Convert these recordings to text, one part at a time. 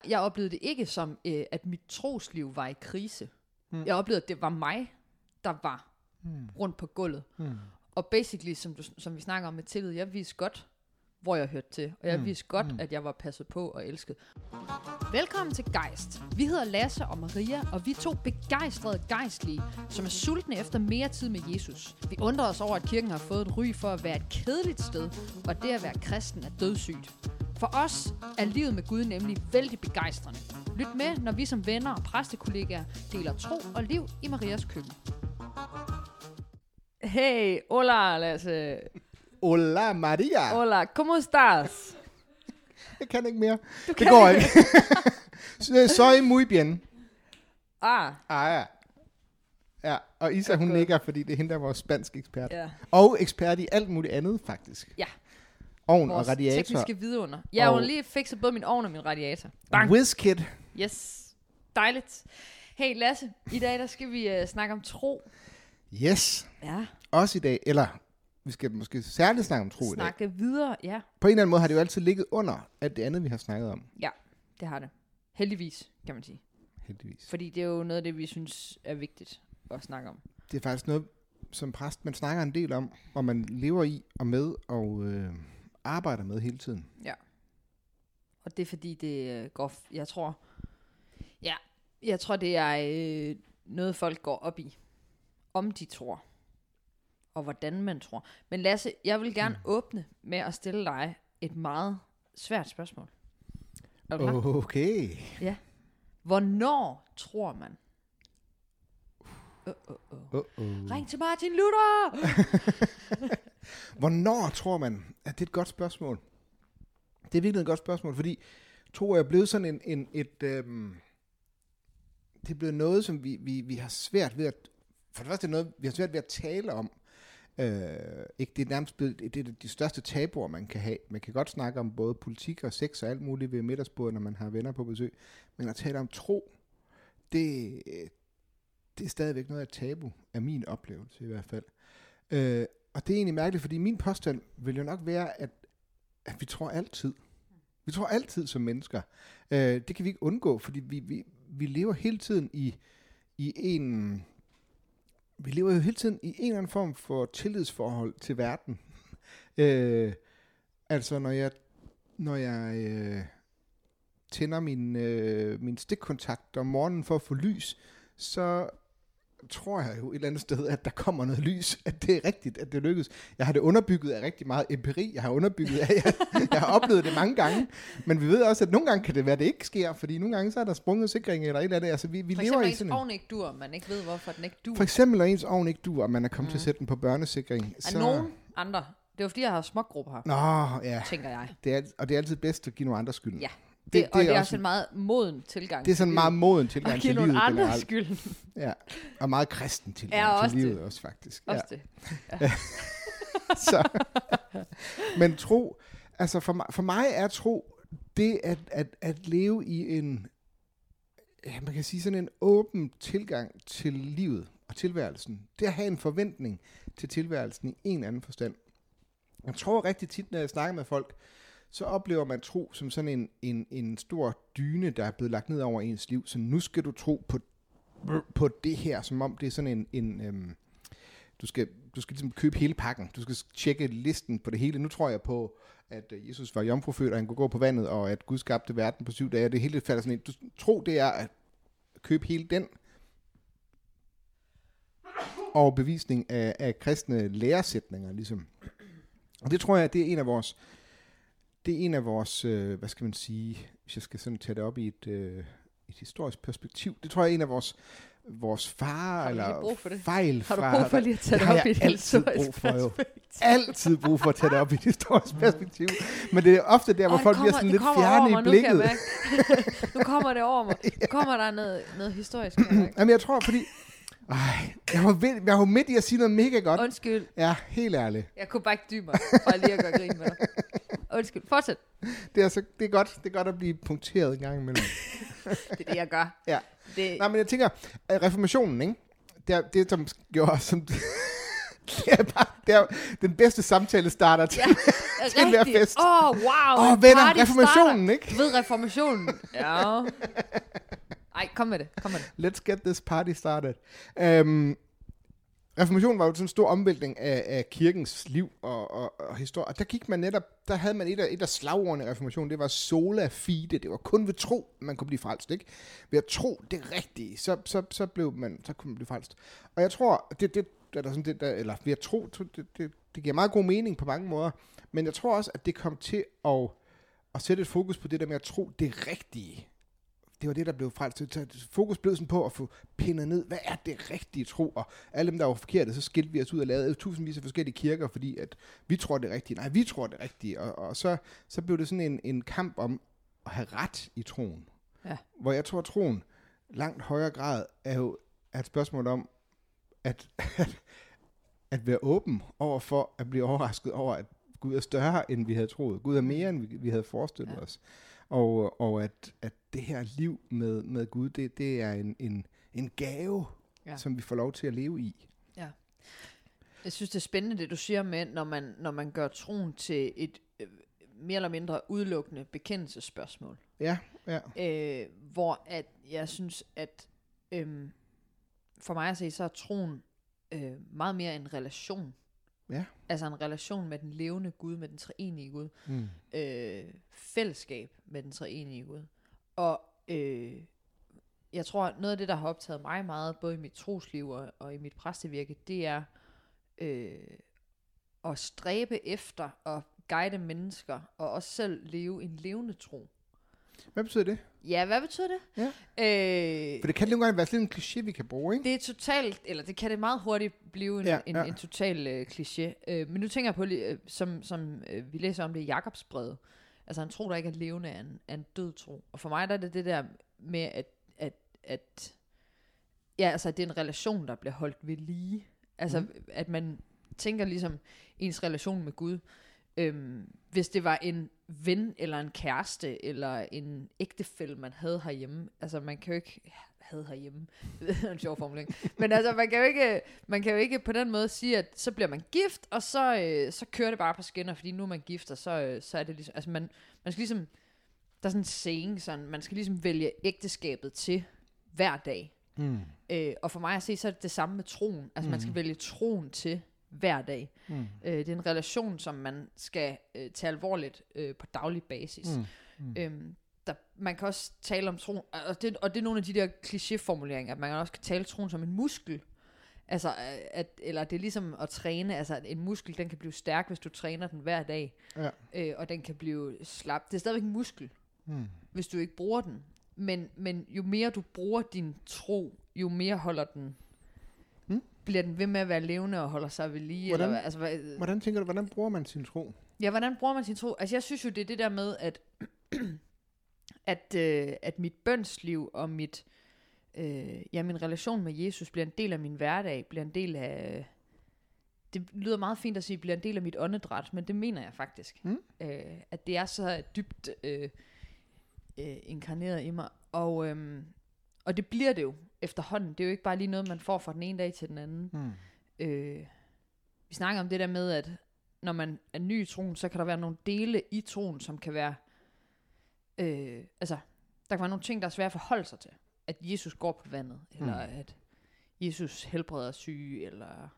jeg oplevede det ikke som, at mit trosliv var i krise. Jeg oplevede, at det var mig, der var rundt på gulvet. Og basically, som vi snakker om med tillid, jeg vidste godt, hvor jeg hørte til. Og jeg vidste godt, at jeg var passet på og elsket. Velkommen til Gejst. Vi hedder Lasse og Maria, og vi er 2 begejstrede gejstlige, som er sultne efter mere tid med Jesus. Vi undrer os over, at kirken har fået et ry for at være et kedeligt sted, og det at være kristen er dødssygt. For os er livet med Gud nemlig vældig begejstrende. Lyt med, når vi som venner og præstekollegaer deler tro og liv i Marias køkken. Hey, hola Lasse. Hola Maria. Hola, ¿cómo estás? Jeg kan ikke mere. Det går ikke. Soy muy bien. Ja. Ja, og Isa, hun nikker, fordi det er hende, der er vores spansk ekspert. Ja. Og ekspert i alt muligt andet, faktisk. Ja. Ovn Vores og radiator. tekniske vidunder. Jeg har lige fikset både min ovn og min radiator. Bang. WizKid. Yes. Dejligt. Hey Lasse, i dag der skal vi snakke om tro. Yes. Ja. Også i dag, eller vi skal måske særligt snakke om tro i dag. Snakke videre, ja. På en eller anden måde har det jo altid ligget under alt det andet, vi har snakket om. Ja, det har det. Heldigvis, kan man sige. Heldigvis. Fordi det er jo noget af det, vi synes er vigtigt at snakke om. Det er faktisk noget, som præst, man snakker en del om, og man lever i og med og arbejder med hele tiden. Ja. Og det er fordi, det går... Jeg tror, det er noget, folk går op i. Om de tror. Og hvordan man tror. Men Lasse, jeg vil gerne åbne med at stille dig et meget svært spørgsmål. Er du klar? Okay. Ja. Hvornår tror man? Ring til Martin Luther! Hvornår tror man? Ja, det er et godt spørgsmål. Det er virkelig et godt spørgsmål, fordi tro er blevet sådan det er blevet noget, som vi har svært ved at... For det første er noget, vi har svært ved at tale om. Ikke, det er nærmest blevet det er de største tabuer, man kan have. Man kan godt snakke om både politik og sex og alt muligt ved middagsbordet, når man har venner på besøg. Men at tale om tro, det er stadigvæk noget af et tabu, af min oplevelse i hvert fald. Og det er egentlig mærkeligt, fordi min påstand vil jo nok være, at vi tror altid. Vi tror altid som mennesker. Det kan vi ikke undgå, fordi vi lever hele tiden i en... Vi lever jo hele tiden i en eller anden form for tillidsforhold til verden. Altså når jeg tænder min stikkontakt om morgenen for at få lys, så tror jeg jo et eller andet sted, at der kommer noget lys, at det er rigtigt, at det lykkes. Jeg har det underbygget af rigtig meget empiri. Jeg har underbygget af, jeg har oplevet det mange gange. Men vi ved også, at nogle gange kan det være, at det ikke sker, fordi nogle gange så er der sprunget sikring eller et eller andet. Altså, vi lever i sådan For eksempel ens ovn ikke dur, man ikke ved, hvorfor den ikke dur. For eksempel, når ens ovn ikke dur, og man er kommet til at sætte den på børnesikring. Så... nogen andre. Det var fordi, jeg har smågrupper her. Nå, ja. Tænker jeg. Og det er altid bedst at give nogle andre skylden. Ja. Det er også en meget moden tilgang. Det er sådan en meget moden tilgang til livet. Og give nogle andre skylden. Ja, og meget kristen tilgang til livet også faktisk. Også ja. det. Ja. Så. Men tro, altså for mig er tro, det at leve i en, ja, man kan sige sådan en åben tilgang til livet og tilværelsen. Det at have en forventning til tilværelsen i en anden forstand. Jeg tror rigtig tit, når jeg snakker med folk, så oplever man tro som sådan en stor dyne, der er blevet lagt ned over ens liv. Så nu skal du tro på det her, som om det er sådan du skal ligesom købe hele pakken. Du skal tjekke listen på det hele. Nu tror jeg på, at Jesus var jomfrufødt, og han kunne gå på vandet, og at Gud skabte verden på 7 dage. Det hele falder sådan en. Tro, det er at købe hele den overbevisning af kristne læresætninger, ligesom. Og det tror jeg, det er en af vores, hvad skal man sige, hvis jeg skal sådan tage det op i et historisk perspektiv. Det tror jeg er en af vores far eller fejlfar. Har du brug for lige at tage det op i et historisk perspektiv? Altid brug for at tage det op i et historisk perspektiv. Men det er ofte der, hvor folk bliver sådan lidt fjerne i blikket. Nu kommer det over mig. Nu kommer der noget historisk. Jamen jeg tror, fordi... jeg var midt i at sige noget mega godt. Undskyld. Ja, helt ærligt. Jeg kunne bare ikke dybe mig, for lige at gøre grin med dig. Undskyld, fortsæt. Det er godt at blive punkteret en gang imellem. Det er det, jeg gør. Ja. Nej, men jeg tænker, reformationen, ikke? Det som gjorde som... det er bare... Det er den bedste samtale starter til, til en hver fest. Wow. Venner, reformationen, ikke? Du ved reformationen. Ja. Ej, kom med det. Let's get this party started. Reformationen var jo sådan en stor omvæltning af kirkens liv og historie. Og der gik man netop, der havde man et af slagordene i reformationen, det var sola fide. Det var kun ved tro, man kunne blive frelst, ikke? Ved at tro det rigtige, så kunne man blive frelst. Og jeg tror, ved at tro, det giver meget god mening på mange måder, men jeg tror også, at det kom til at sætte et fokus på det der med at tro det rigtige. Det var det, der blev frelst. Fokus blev sådan på at få pindet ned, hvad er det rigtige tro? Og alle dem, der var forkerte, så skilte vi os ud og lavede tusindvis af forskellige kirker, fordi at vi tror det rigtige. Nej, vi tror det rigtige. Og så blev det sådan en kamp om at have ret i troen. Ja. Hvor jeg tror, at troen langt højere grad er et spørgsmål om at være åben over for at blive overrasket over, at Gud er større, end vi havde troet. Gud er mere, end vi havde forestillet os. Og at det her liv med Gud, det er en gave, som vi får lov til at leve i. Ja. Jeg synes, det er spændende, det du siger med, når man gør troen til et mere eller mindre udelukkende bekendelsesspørgsmål. Ja. Hvor at jeg synes, at for mig at se, så er troen meget mere en relation. Ja. Altså en relation med den levende Gud, med den treenige Gud. Fællesskab med den treenige Gud. Og jeg tror, noget af det, der har optaget mig meget, både i mit trosliv og i mit præstevirke, det er at stræbe efter at guide mennesker, og også selv leve en levende tro. Hvad betyder det? Ja, hvad betyder det? Ja. For det kan nogle gange være sådan en kliché, vi kan bruge, ikke? Det er totalt, eller det kan det meget hurtigt blive en total kliché. Men nu tænker jeg på, som vi læser om det i Jakobsbrevet, altså en tro, der ikke er levende, er en død tro. Og for mig der er det der med, at altså, det er en relation, der bliver holdt ved lige. Altså, at man tænker ligesom ens relation med Gud. Hvis det var en ven, eller en kæreste, eller en ægtefælle, man havde herhjemme. Altså, man kan jo ikke havde herhjemme. Det er en sjov formulering. Men altså, man kan jo ikke på den måde sige, at så bliver man gift, og så kører det bare på skinner, fordi nu er man gift, og så er det ligesom, altså man skal ligesom, der er sådan en saying, sådan, man skal ligesom vælge ægteskabet til hver dag. Og for mig at se, så er det samme med troen. Altså, man skal vælge troen til hver dag. Det er en relation, som man skal tage alvorligt på daglig basis. Man kan også tale om troen, og det er nogle af de der klichéformuleringer, at man også kan tale troen som en muskel. Altså, eller det er ligesom at træne, altså en muskel, den kan blive stærk, hvis du træner den hver dag, og den kan blive slap. Det er stadigvæk en muskel, hvis du ikke bruger den. Men jo mere du bruger din tro, jo mere holder den, bliver den ved med at være levende og holder sig ved lige. Hvordan tænker du, hvordan bruger man sin tro? Ja, hvordan bruger man sin tro? Altså jeg synes jo, det er det der med, at mit bønsliv og min relation med Jesus bliver en del af min hverdag, bliver en del af, det lyder meget fint at sige, bliver en del af mit åndedræt, men det mener jeg faktisk. At det er så dybt inkarneret i mig. Og det bliver det jo efterhånden. Det er jo ikke bare lige noget, man får fra den ene dag til den anden. Vi snakker om det der med, at når man er ny i troen, så kan der være nogle dele i troen, som kan være, der kan være nogle ting, der er svære at forholde sig til. At Jesus går på vandet, eller at Jesus helbreder syge, eller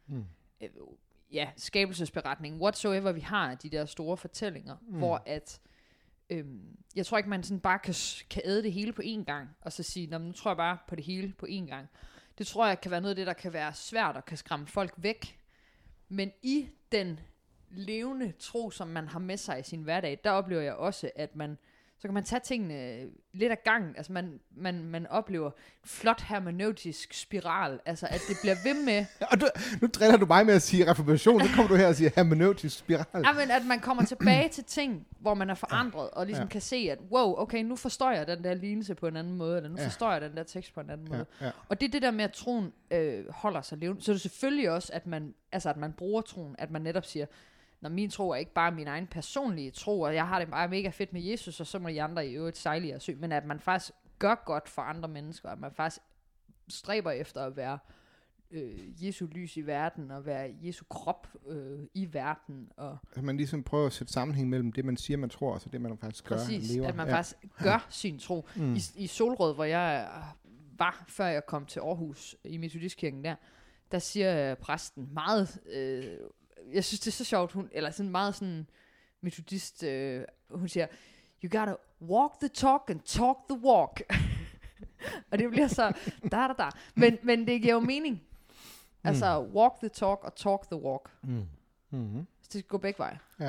skabelsesberetning, whatsoever vi har af de der store fortællinger, hvor at jeg tror ikke, man sådan bare kan æde det hele på én gang, og så sige, nu tror jeg bare på det hele på én gang. Det tror jeg kan være noget af det, der kan være svært og kan skræmme folk væk. Men i den levende tro, som man har med sig i sin hverdag, der oplever jeg også, at så kan man tage tingene lidt af gangen. Altså man oplever en flot hermeneutisk spiral. Altså at det bliver ved med. Og nu driller du mig med at sige reformation. Nu kommer du her og siger hermeneutisk spiral. Ja, men at man kommer tilbage til ting, hvor man er forandret, og ligesom kan se, at wow, okay, nu forstår jeg den der lignelse på en anden måde, eller nu forstår jeg den der tekst på en anden måde. Og det er det der med, at troen holder sig levende. Så er det selvfølgelig også, at man bruger troen, at man netop siger, når min tro er ikke bare min egen personlige tro, og jeg har det bare mega fedt med Jesus, og så må de andre i øvrigt sejle og sø, men at man faktisk gør godt for andre mennesker, at man faktisk stræber efter at være Jesu lys i verden, og være Jesu krop i verden. Og at man ligesom prøver at sætte sammenhæng mellem det, man siger, man tror, og så det, man faktisk gør. Præcis, at man faktisk gør sin tro. I Solrød, hvor jeg var, før jeg kom til Aarhus, i Metodistkirken der siger præsten meget, jeg synes det er så sjovt, eller sådan meget sådan metodist, hun siger, you gotta walk the talk and talk the walk. Og det bliver så men det giver jo mening. Altså walk the talk og talk the walk. Så det går begge veje. Ja.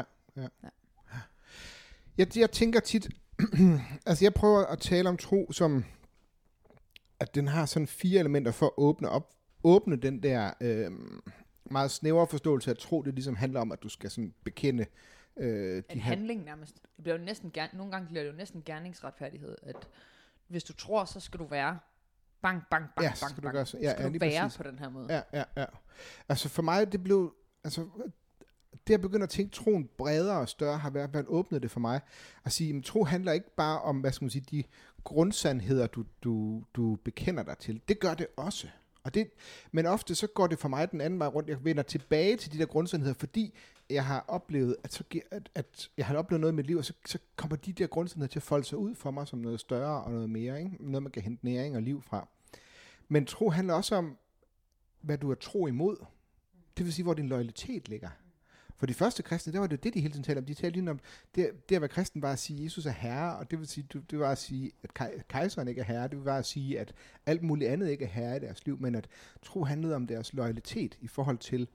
Jeg tænker tit, altså jeg prøver at tale om tro som, at den har sådan 4 elementer for at åbne den der meget snævre forståelse af tro. Det ligesom handler om, at du skal sådan bekende en handling nærmest. Det bliver jo næsten nogle gange bliver det jo næsten gerningsretfærdighed, at hvis du tror, så skal du være bang, bang, bang, ja, bang, skal bang. Du skal du være præcis på den her måde. Ja. Altså for mig, det blev, altså det at begynde at tænke troen bredere og større, har været åbnet det for mig. At sige, at tro handler ikke bare om, hvad skal man sige, de grundsandheder, du bekender dig til. Det gør det også. Men ofte så går det for mig den anden vej rundt. Jeg vender tilbage til de der grundsandheder, fordi jeg har oplevet, at jeg har oplevet noget i mit liv, og så kommer de der grundsandheder til at folde sig ud for mig som noget større og noget mere. Ikke? Noget, man kan hente næring og liv fra. Men tro handler også om, hvad du er tro imod. Det vil sige, hvor din loyalitet ligger. For de første kristne, der var det de hele tiden talte om. De talte lige om, det at være kristen var at sige, at Jesus er herre, og det vil sige, det var at sige, at kejseren ikke er herre, det var at sige, at alt muligt andet ikke er herre i deres liv, men at tro handlede om deres loyalitet i forhold til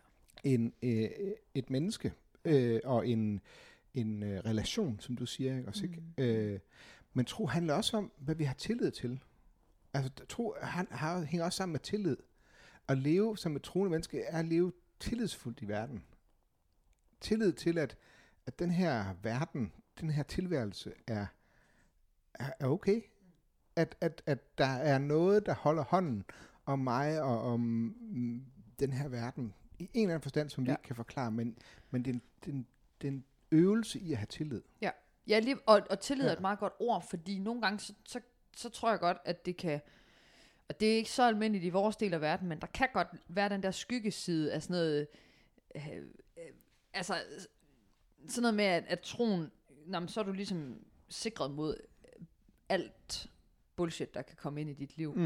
et menneske og en relation, som du siger, ikke? Også, ikke? Men tro handler også om, hvad vi har tillid til. Altså tro hænger også sammen med tillid. At leve som et troende menneske er at leve tillidsfuldt i verden. Tillid til, at den her verden, den her tilværelse er okay. At der er noget, der holder hånden om mig og om den her verden. I en eller anden forstand, som vi ikke kan forklare, men det er en øvelse i at have tillid. Ja, og tillid er et meget godt ord, fordi nogle gange, så tror jeg godt, at det kan, og det er ikke så almindeligt i vores del af verden, men der kan godt være den der skyggeside af sådan noget, altså sådan noget med, at troen, så er du ligesom sikret mod alt bullshit, der kan komme ind i dit liv.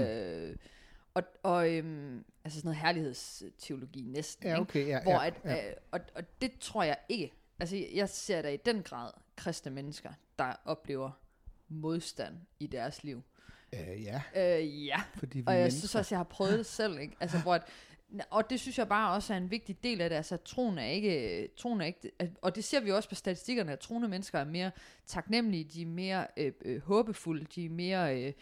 Altså sådan noget herlighedsteologi næsten, ja, okay, ja, hvor og det tror jeg ikke. Altså jeg ser der i den grad kristne mennesker, der oplever modstand i deres liv. Ja. Fordi vi og jeg synes også, jeg har prøvet det selv, ikke? Altså og det synes jeg bare også er en vigtig del af det. Altså troen er ikke, og det ser vi også på statistikkerne, at troende mennesker er mere taknemmelige, de er mere håbefulde, de er mere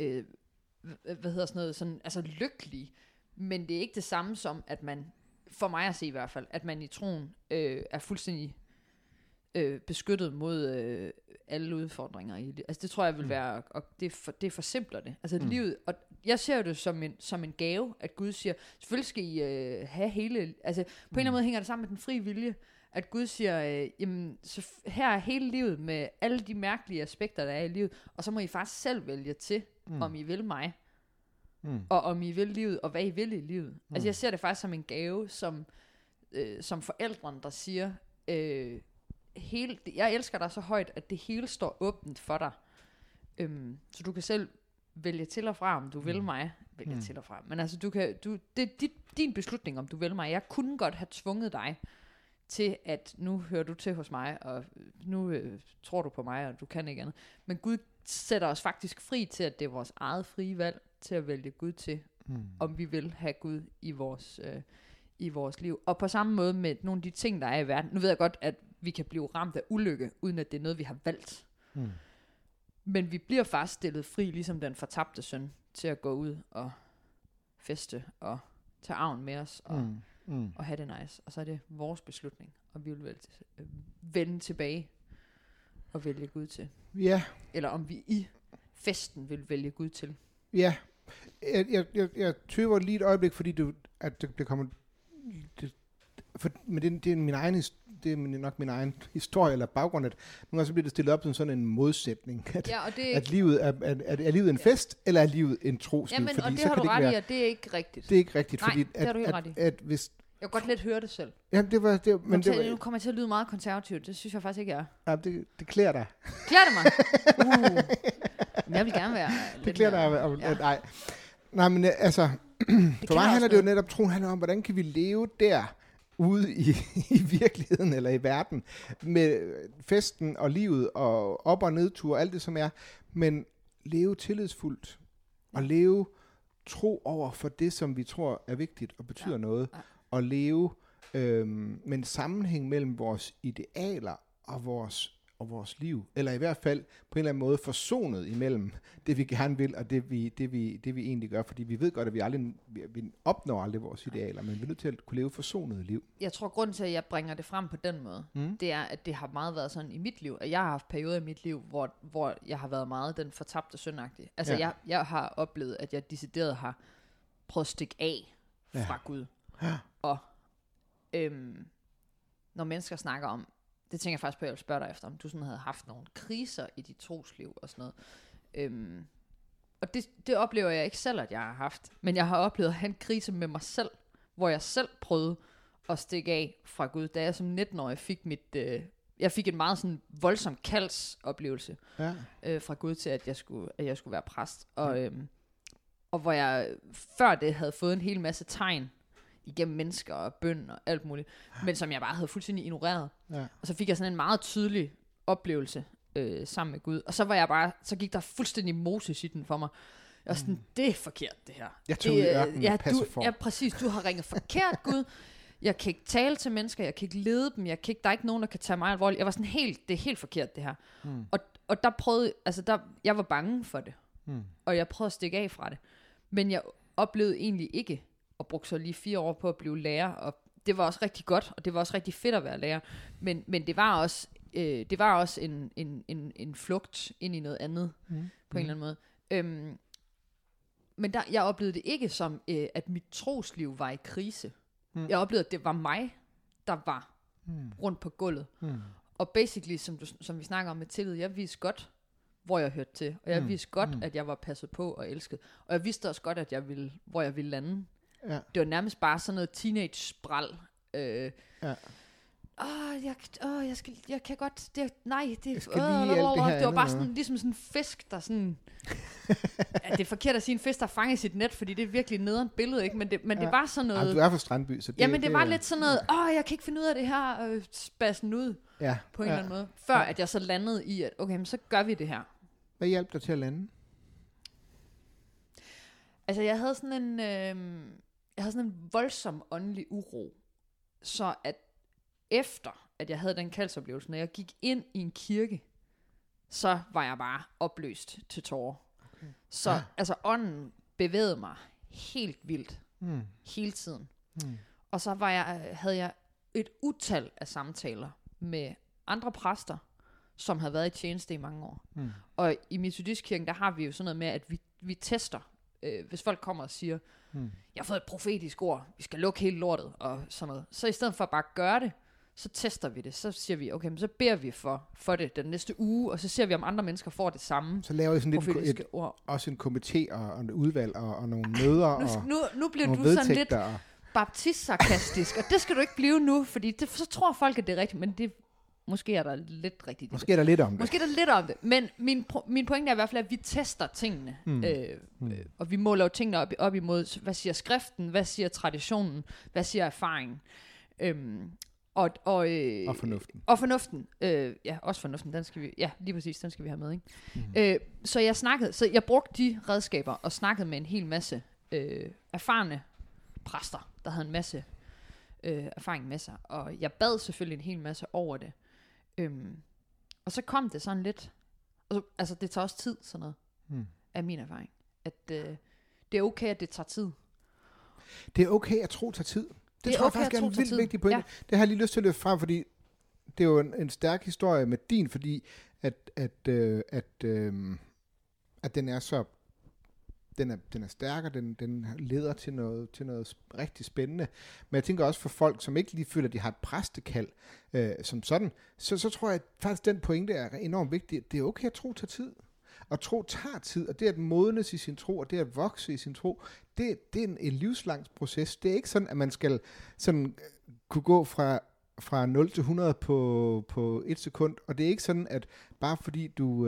altså lykkelige. Men det er ikke det samme som, at man, for mig at se i hvert fald, at man i troen er fuldstændig beskyttet mod alle udfordringer i det. Altså det tror jeg vil være, og det forsimpler det. Altså livet, og jeg ser det som en gave, at Gud siger, selvfølgelig skal I have hele, altså på en eller anden måde hænger det sammen med den frie vilje, at Gud siger, jamen så her er hele livet med alle de mærkelige aspekter, der er i livet, og så må I faktisk selv vælge til, om I vil mig, og om I vil livet, og hvad I vil i livet. Altså jeg ser det faktisk som en gave, som forældrene, der siger, jeg elsker dig så højt, at det hele står åbent for dig. Så du kan selv vælge til og fra, om du vil mig. Vælge til og fra. Men altså, det er din beslutning, om du vil mig. Jeg kunne godt have tvunget dig til, at nu hører du til hos mig, og nu tror du på mig, og du kan ikke andet. Men Gud sætter os faktisk fri til, at det er vores eget frie valg, til at vælge Gud til, om vi vil have Gud i vores liv. Og på samme måde med nogle af de ting, der er i verden. Nu ved jeg godt, at vi kan blive ramt af ulykke, uden at det er noget, vi har valgt. Men vi bliver faktisk stillet fri, ligesom den fortabte søn, til at gå ud og feste og tage arven med os og have det nice. Og så er det vores beslutning, og vi vil vende tilbage og vælge Gud til. Ja. Eller om vi i festen vil vælge Gud til. Ja. Jeg tøver lige et øjeblik, fordi det kommer... men det er min egen det er nok min egen historie eller baggrund, at nogle gange så bliver det stillet op som sådan en modsætning, at livet er livet en fest, eller er livet en trosliv? Jamen, fordi og det så har kan du det ret være, i, og det er ikke rigtigt. Det er ikke rigtigt, Nej, fordi det har du helt ret i. at hvis... Jeg kan godt lidt høre det selv. Jamen, det var... Men nu kommer jeg til at lyde meget konservativt. Det synes jeg faktisk ikke, jeg er. Ja, det klæder dig. Klæder det mig? Men jeg vil gerne være... Det klæder dig. Ja. Nej, men altså... For mig handler det jo netop, troen handler om, hvordan kan vi leve der ude i virkeligheden eller i verden med festen og livet og op- og nedtur og alt det, som er, men leve tillidsfuldt og leve tro over for det, som vi tror er vigtigt og betyder noget, og leve med en sammenhæng mellem vores idealer og vores liv, eller i hvert fald på en eller anden måde forsonet imellem det, vi gerne vil, og det vi egentlig gør, fordi vi ved godt, at vi opnår aldrig vores idealer, men vi er nødt til at kunne leve forsonet liv. Jeg tror, grunden til, at jeg bringer det frem på den måde, det er, at det har meget været sådan i mit liv, at jeg har haft perioder i mit liv, hvor jeg har været meget den fortabte syndagtige. Altså, jeg har oplevet, at jeg decideret har prøvet at stikke af fra Gud. Ja. Og når mennesker snakker om, det tænker jeg faktisk på, at jeg vil spørge dig efter, om du sådan havde haft nogle kriser i dit trosliv og sådan noget. Og det oplever jeg ikke selv, at jeg har haft. Men jeg har oplevet at have en krise med mig selv, hvor jeg selv prøvede at stikke af fra Gud. Da jeg som 19-årig fik jeg fik en meget sådan voldsom kaldsoplevelse fra Gud til, at jeg skulle være præst. Og hvor jeg før det havde fået en hel masse tegn igennem mennesker og bøn og alt muligt, men som jeg bare havde fuldstændig ignoreret. Ja. Og så fik jeg sådan en meget tydelig oplevelse sammen med Gud. Og så gik der fuldstændig Moses i den for mig. Og sådan, det er forkert det her. Jeg tog præcis, du har ringet forkert, Gud. Jeg kan ikke tale til mennesker, jeg kan ikke lede dem, der er ikke nogen, der kan tage mig alvorligt. Jeg var sådan det er helt forkert det her. Og der prøvede, jeg var bange for det. Og jeg prøvede at stikke af fra det. Men jeg oplevede egentlig ikke og brugte så lige 4 år på at blive lærer, og det var også rigtig godt, og det var også rigtig fedt at være lærer, men det var også en flugt ind i noget andet, på en eller anden måde. Men jeg oplevede det ikke som, at mit trosliv var i krise. Jeg oplevede, at det var mig, der var rundt på gulvet. Og basically, som vi snakker om med tillid, jeg vidste godt, hvor jeg hørte til, og jeg vidste godt, at jeg var passet på og elsket, og jeg vidste også godt, hvor jeg ville lande. Ja. Det var nærmest bare sådan noget teenage-spral. Jeg kan godt... Det var bare sådan, ligesom sådan en fisk, der sådan... det er forkert at sige en fisk, der fanger i sit net, fordi det er virkelig nederen billede, ikke? Men det var sådan noget... Du er fra Strandby, så det... det var lidt sådan noget, jeg kan ikke finde ud af det her, spassen ud, på en eller anden måde. Før at jeg så landede i, at okay, men så gør vi det her. Hvad hjalp dig til at lande? Altså, jeg havde sådan en voldsom åndelig uro, så at efter, at jeg havde den kaldsoplevelse, når jeg gik ind i en kirke, så var jeg bare opløst til tårer. Okay. Så altså, ånden bevægede mig helt vildt, hele tiden. Og så havde jeg et utal af samtaler med andre præster, som havde været i tjeneste i mange år. Og i Metodistkirken, der har vi jo sådan noget med, at vi tester. Hvis folk kommer og siger, jeg har fået et profetisk ord, vi skal lukke hele lortet, og sådan noget. Så i stedet for bare at gøre det, så tester vi det. Så siger vi, okay, men så beder vi for det den næste uge, og så ser vi, om andre mennesker får det samme. Så laver I sådan lidt også en komité og en udvalg og nogle møder. Nu bliver du sådan lidt baptist-sarkastisk, og det skal du ikke blive nu, fordi så tror folk, at det er rigtigt, men det måske er der lidt rigtigt. Måske er der lidt om det. Måske er der lidt om det. Men min pointe er i hvert fald, at vi tester tingene. Og vi måler jo tingene op imod, hvad siger skriften, hvad siger traditionen, hvad siger erfaringen. Og fornuften. Og fornuften. Også fornuften. Den skal vi, lige præcis, den skal vi have med. Ikke? Så jeg brugte de redskaber og snakkede med en hel masse erfarne præster, der havde en masse erfaring med sig. Og jeg bad selvfølgelig en hel masse over det. Og så kom det sådan lidt, altså det tager også tid, sådan noget, af min erfaring, at det er okay, at det tager tid. Det er okay, at tro tager tid. Det tror jeg faktisk er en vildt vigtig pointe. Ja. Det har jeg lige lyst til at løfte frem, fordi det er jo en stærk historie med din, fordi at den er så den er stærk, og den leder til noget rigtig spændende. Men jeg tænker også for folk, som ikke lige føler, at de har et præstekald som sådan, så tror jeg at faktisk, den pointe er enormt vigtig. Det er okay at tro tager tid. Og tro tager tid, og det at modnes i sin tro, og det at vokse i sin tro, det er en livslang proces. Det er ikke sådan, at man skal sådan kunne gå fra 0 til 100 på 1 sekund, og det er ikke sådan, at bare fordi du,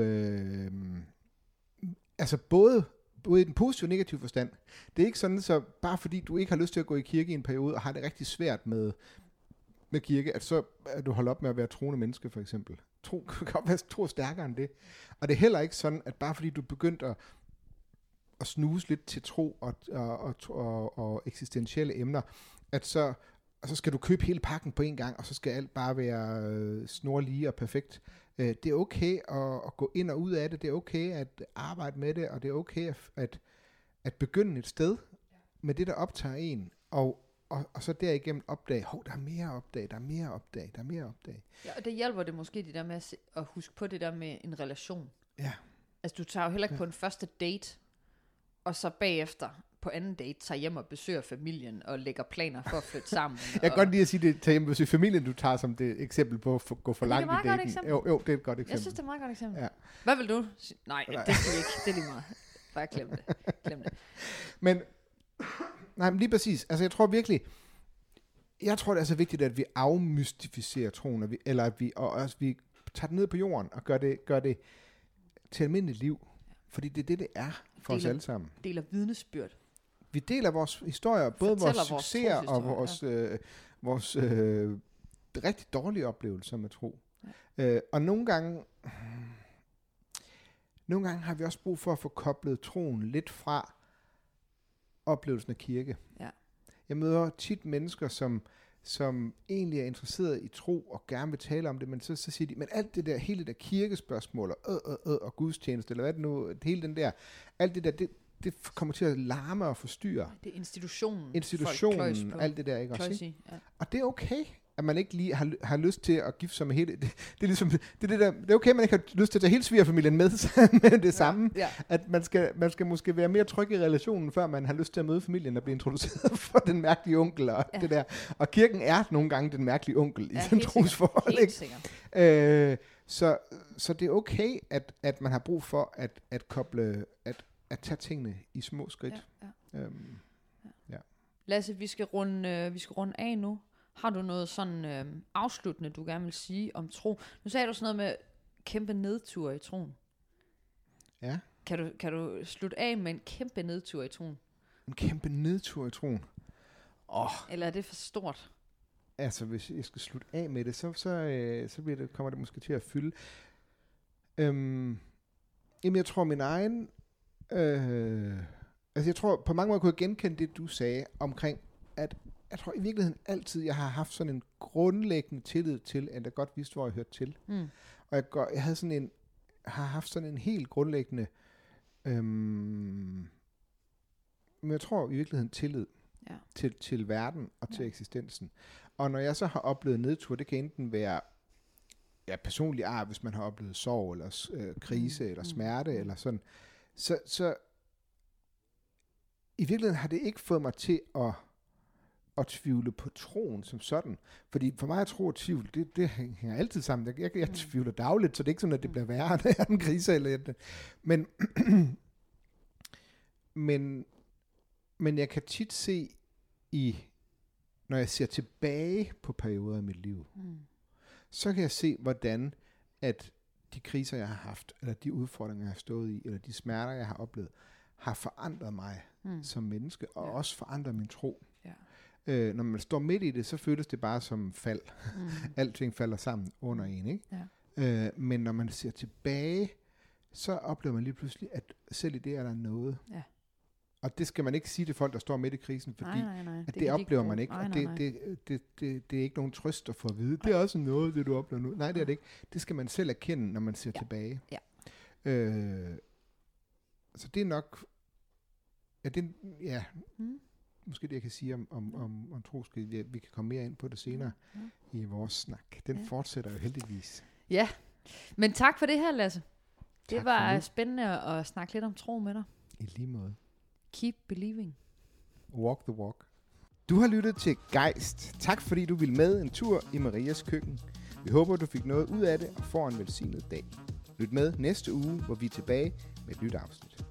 altså både i den positive og negative forstand, det er ikke sådan, så bare fordi du ikke har lyst til at gå i kirke i en periode, og har det rigtig svært med kirke, at så at du holder op med at være troende menneske, for eksempel. Tro kan godt være tro stærkere end det. Og det er heller ikke sådan, at bare fordi du begyndt at snuse lidt til tro og eksistentielle emner, at så skal du købe hele pakken på en gang, og så skal alt bare være snorlige og perfekt. Det er okay at gå ind og ud af det, det er okay at arbejde med det, og det er okay at begynde et sted med det, der optager en, og så derigennem opdage, der er mere opdage, der er mere opdage, der er mere opdage. Ja, og det hjælper det måske det der med at huske på det der med en relation. Ja. Altså du tager jo heller ikke på en første date, og så bagefter på anden date tager hjem og besøger familien og lægger planer for at flytte sammen. Jeg kan godt lide at sige det, tager hjem og besøge familien, du tager som det eksempel på at gå for langt i daten. Jo, det er et godt eksempel. Jeg synes, det er et meget godt eksempel. Ja. Hvad vil du? Nej, det skal vi ikke. Det er lige meget. Bare glem det. Men lige præcis. Altså jeg tror virkelig, det er så vigtigt, at vi afmystificerer troen, at vi tager det ned på jorden og gør det til almindeligt liv. Fordi det er det er for os alle sammen. Deler vidnesbyrd. Vi deler vores historier, både vores succeser og vores rigtig dårlige oplevelser med tro. Ja. Og nogle gange har vi også brug for at få koblet troen lidt fra oplevelsen af kirke. Ja. Jeg møder tit mennesker, som egentlig er interesseret i tro og gerne vil tale om det, men så siger de, men alt det der, hele det der kirkespørgsmål og gudstjeneste, eller hvad det nu, hele den der, alt det der, det kommer til at larme og forstyrre. Det er institutionen, alt det der, ikke også? Ja. Og det er okay, at man ikke lige har lyst til at gifte sig med hele det er ligesom det er okay, at man ikke har lyst til at tage hele svigerfamilien med det samme. Ja. At man skal måske være mere tryg i relationen, før man har lyst til at møde familien og blive introduceret for den mærkelige onkel og det der. Og kirken er nogle gange den mærkelige onkel i den trosforhold. Helt sikkert. Så det er okay, at man har brug for at koble, at tage tingene i små skridt. Ja. Lasse, vi skal runde af nu. Har du noget sådan afsluttende, du gerne vil sige om tro? Nu sagde du sådan noget med kæmpe nedtur i troen. Ja. Kan du slutte af med en kæmpe nedtur i troen? En kæmpe nedtur i troen? Eller er det for stort? Altså, hvis jeg skal slutte af med det, så kommer det måske til at fylde. Jamen, jeg tror min egen... jeg tror på mange måder kunne jeg genkende det, du sagde omkring, at jeg tror i virkeligheden altid, jeg har haft sådan en grundlæggende tillid til, at jeg godt vidste, hvor jeg hørte til. Og jeg havde har haft sådan en helt grundlæggende, men jeg tror i virkeligheden tillid til verden og til eksistensen. Og når jeg så har oplevet nedtur, det kan enten være personlig art, hvis man har oplevet sorg, eller krise, eller smerte, eller sådan, så i virkeligheden har det ikke fået mig til at tvivle på troen som sådan. Fordi for mig er tro og tvivl, det hænger altid sammen. Jeg tvivler dagligt, så det er ikke sådan, at det bliver værre, når jeg er en krise. Men jeg kan tit se, når jeg ser tilbage på perioder i mit liv, så kan jeg se, hvordan at de kriser, jeg har haft, eller de udfordringer, jeg har stået i, eller de smerter, jeg har oplevet, har forandret mig som menneske, og også forandret min tro. Ja. Når man står midt i det, så føles det bare som fald. Alting falder sammen under en, ikke? Ja. Men når man ser tilbage, så oplever man lige pludselig, at selv i det er der noget. Ja. Og det skal man ikke sige til folk, der står midt i krisen, fordi nej. At det oplever man ikke. Og det er ikke nogen trøst at få at vide. Det er også noget, det du oplever nu. Nej, det er det ikke. Det skal man selv erkende, når man ser tilbage. Ja. Så det er nok... Måske det, jeg kan sige om troskab. Vi kan komme mere ind på det senere i vores snak. Den fortsætter jo heldigvis. Ja, men tak for det her, Lasse. Det var spændende at snakke lidt om tro med dig. I lige måde. Keep believing. Walk the walk. Du har lyttet til Gejst. Tak fordi du ville med en tur i Marias køkken. Vi håber, du fik noget ud af det og får en velsignet dag. Lyt med næste uge, hvor vi er tilbage med et nyt afsnit.